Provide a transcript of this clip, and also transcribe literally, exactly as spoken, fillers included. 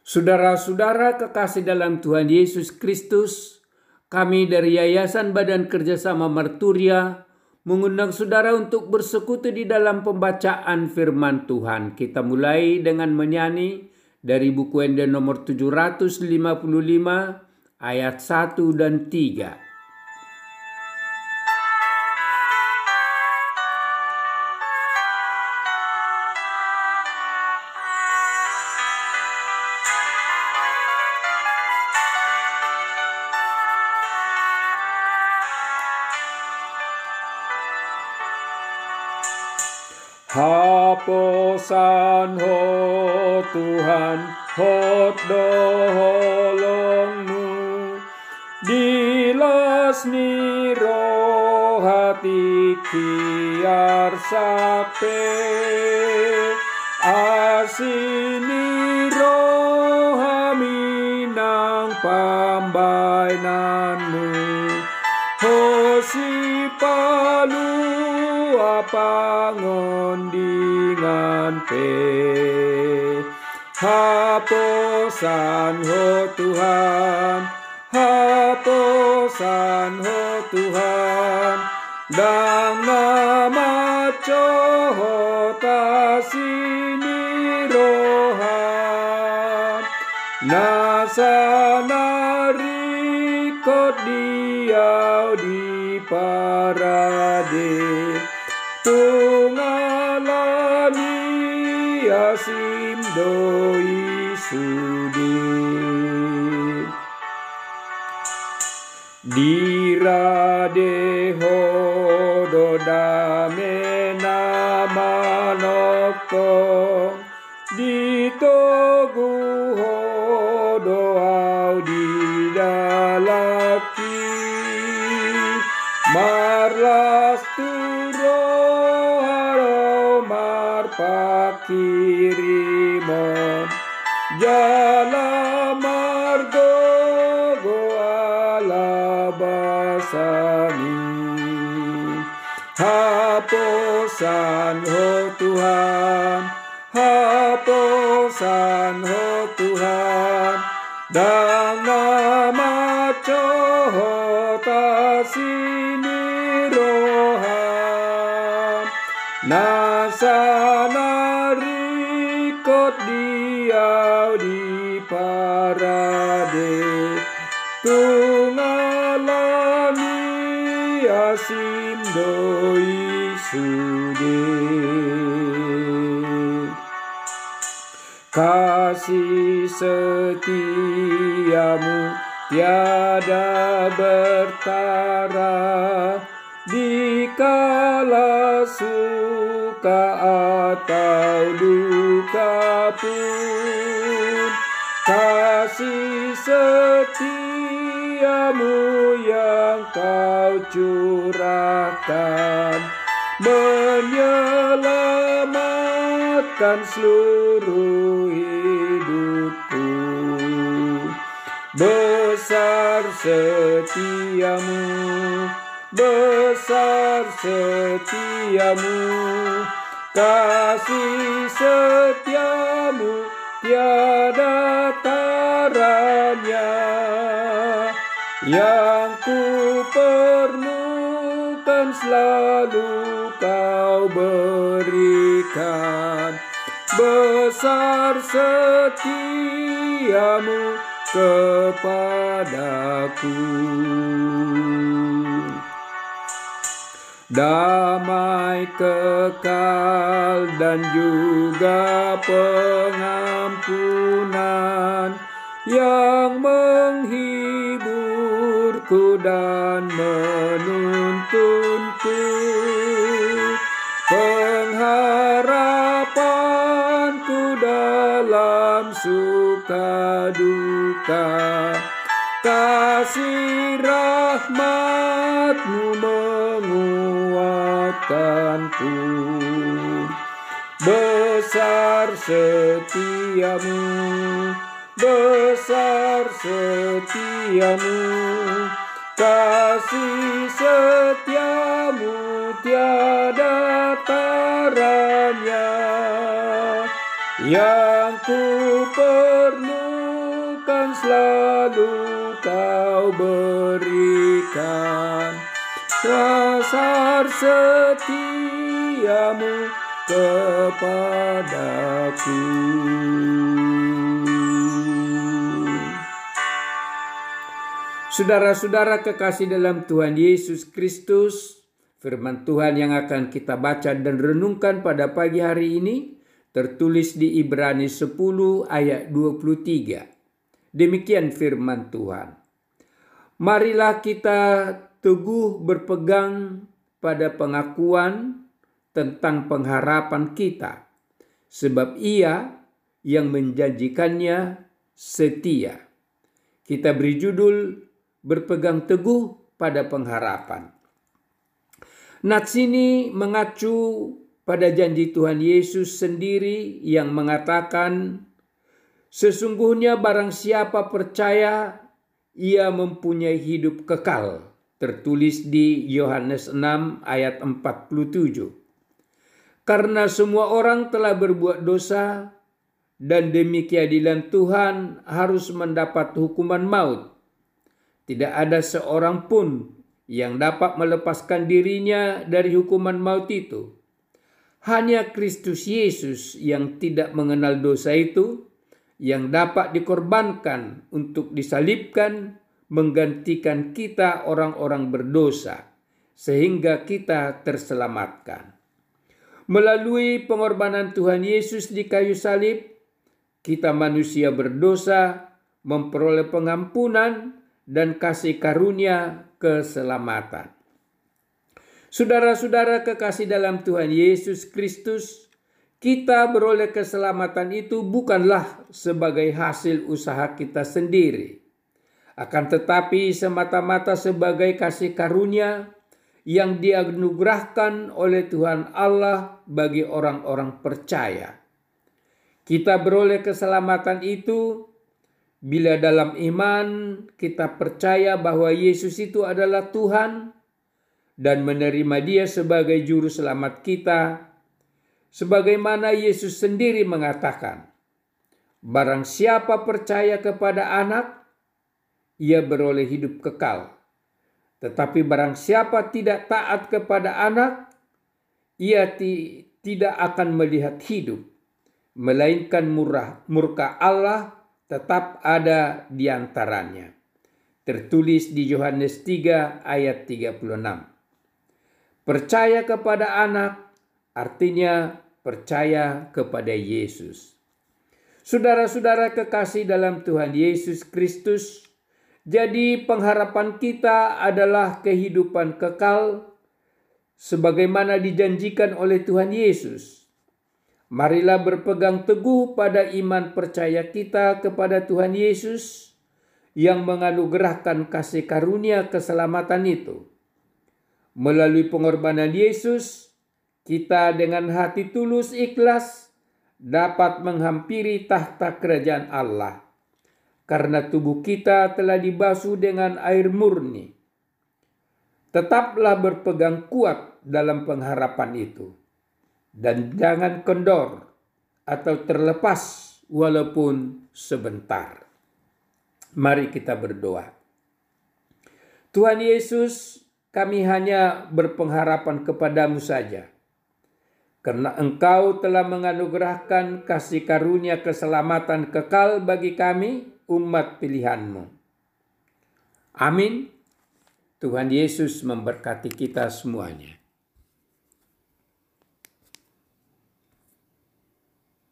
Saudara-saudara kekasih dalam Tuhan Yesus Kristus, kami dari Yayasan Badan Kerjasama Marturia mengundang saudara untuk bersekutu di dalam pembacaan firman Tuhan. Kita mulai dengan menyanyi dari buku Ende nomor tujuh ratus lima puluh lima ayat satu dan tiga. Haposan ho Tuhan hot doholongmu dilas ni rohati kiar sape asini rohaminang pambainanmu hosi palu pangondingan pe haposan ho Tuhan haposan ho Tuhan dang nama cohota sini rohan nasanari kot diau di parade tungalani asim doi sudi dirade hodo dame nama nokto ditogu hodo au di dalaki marlas turo pakirimon jala margo goala basani haposan ho Tuhan haposan ho Tuhan dan nama cohota sini rohan nasanari kot diau di parade tungalani asim doi sude kasih setiamu tiada bertara dikala suka atau duka pun kasih setiamu yang kau curahkan menyelamatkan seluruh hidupku besar setiamu besar setiamu kasih setiamu tiada taranya yang ku perlukan selalu kau berikan besar setiamu kepadaku damai kekal dan juga pengampunan yang menghiburku dan menuntunku pengharapanku dalam suka duka kasih rahmatmu menguatkanku besar setiamu besar setiamu kasih setiamu tiada taranya yang ku perlu akan selalu Kau berikan dasar setiamu kepadaku. Saudara-saudara kekasih dalam Tuhan Yesus Kristus, firman Tuhan yang akan kita baca dan renungkan pada pagi hari ini tertulis di Ibrani sepuluh ayat dua puluh tiga. Demikian firman Tuhan. Marilah kita teguh berpegang pada pengakuan tentang pengharapan kita, sebab Ia yang menjanjikannya setia. Kita beri judul berpegang teguh pada pengharapan. Nats ini mengacu pada janji Tuhan Yesus sendiri yang mengatakan, sesungguhnya barang siapa percaya, ia mempunyai hidup kekal. Tertulis di Yohanes enam ayat empat puluh tujuh. Karena semua orang telah berbuat dosa, dan demi keadilan Tuhan harus mendapat hukuman maut. Tidak ada seorang pun yang dapat melepaskan dirinya dari hukuman maut itu. Hanya Kristus Yesus yang tidak mengenal dosa itu, yang dapat dikorbankan untuk disalibkan, menggantikan kita orang-orang berdosa, sehingga kita terselamatkan. Melalui pengorbanan Tuhan Yesus di kayu salib, kita manusia berdosa memperoleh pengampunan dan kasih karunia keselamatan. Saudara-saudara kekasih dalam Tuhan Yesus Kristus, kita beroleh keselamatan itu bukanlah sebagai hasil usaha kita sendiri, akan tetapi semata-mata sebagai kasih karunia yang dianugerahkan oleh Tuhan Allah bagi orang-orang percaya. Kita beroleh keselamatan itu bila dalam iman kita percaya bahwa Yesus itu adalah Tuhan dan menerima Dia sebagai juru selamat kita, sebagaimana Yesus sendiri mengatakan, barang siapa percaya kepada Anak, ia beroleh hidup kekal. Tetapi barang siapa tidak taat kepada Anak, ia ti- tidak akan melihat hidup, melainkan murah, murka Allah tetap ada di antaranya. Tertulis di Yohanes tiga ayat tiga puluh enam. Percaya kepada Anak artinya percaya kepada Yesus. Saudara-saudara kekasih dalam Tuhan Yesus Kristus, jadi pengharapan kita adalah kehidupan kekal sebagaimana dijanjikan oleh Tuhan Yesus. Marilah berpegang teguh pada iman percaya kita kepada Tuhan Yesus yang menganugerahkan kasih karunia keselamatan itu. Melalui pengorbanan Yesus, kita dengan hati tulus ikhlas dapat menghampiri tahta kerajaan Allah, karena tubuh kita telah dibasuh dengan air murni. Tetaplah berpegang kuat dalam pengharapan itu, dan jangan kendor atau terlepas walaupun sebentar. Mari kita berdoa. Tuhan Yesus, kami hanya berpengharapan kepadamu saja, karena Engkau telah menganugerahkan kasih karunia keselamatan kekal bagi kami, umat pilihan-Mu. Amin. Tuhan Yesus memberkati kita semuanya.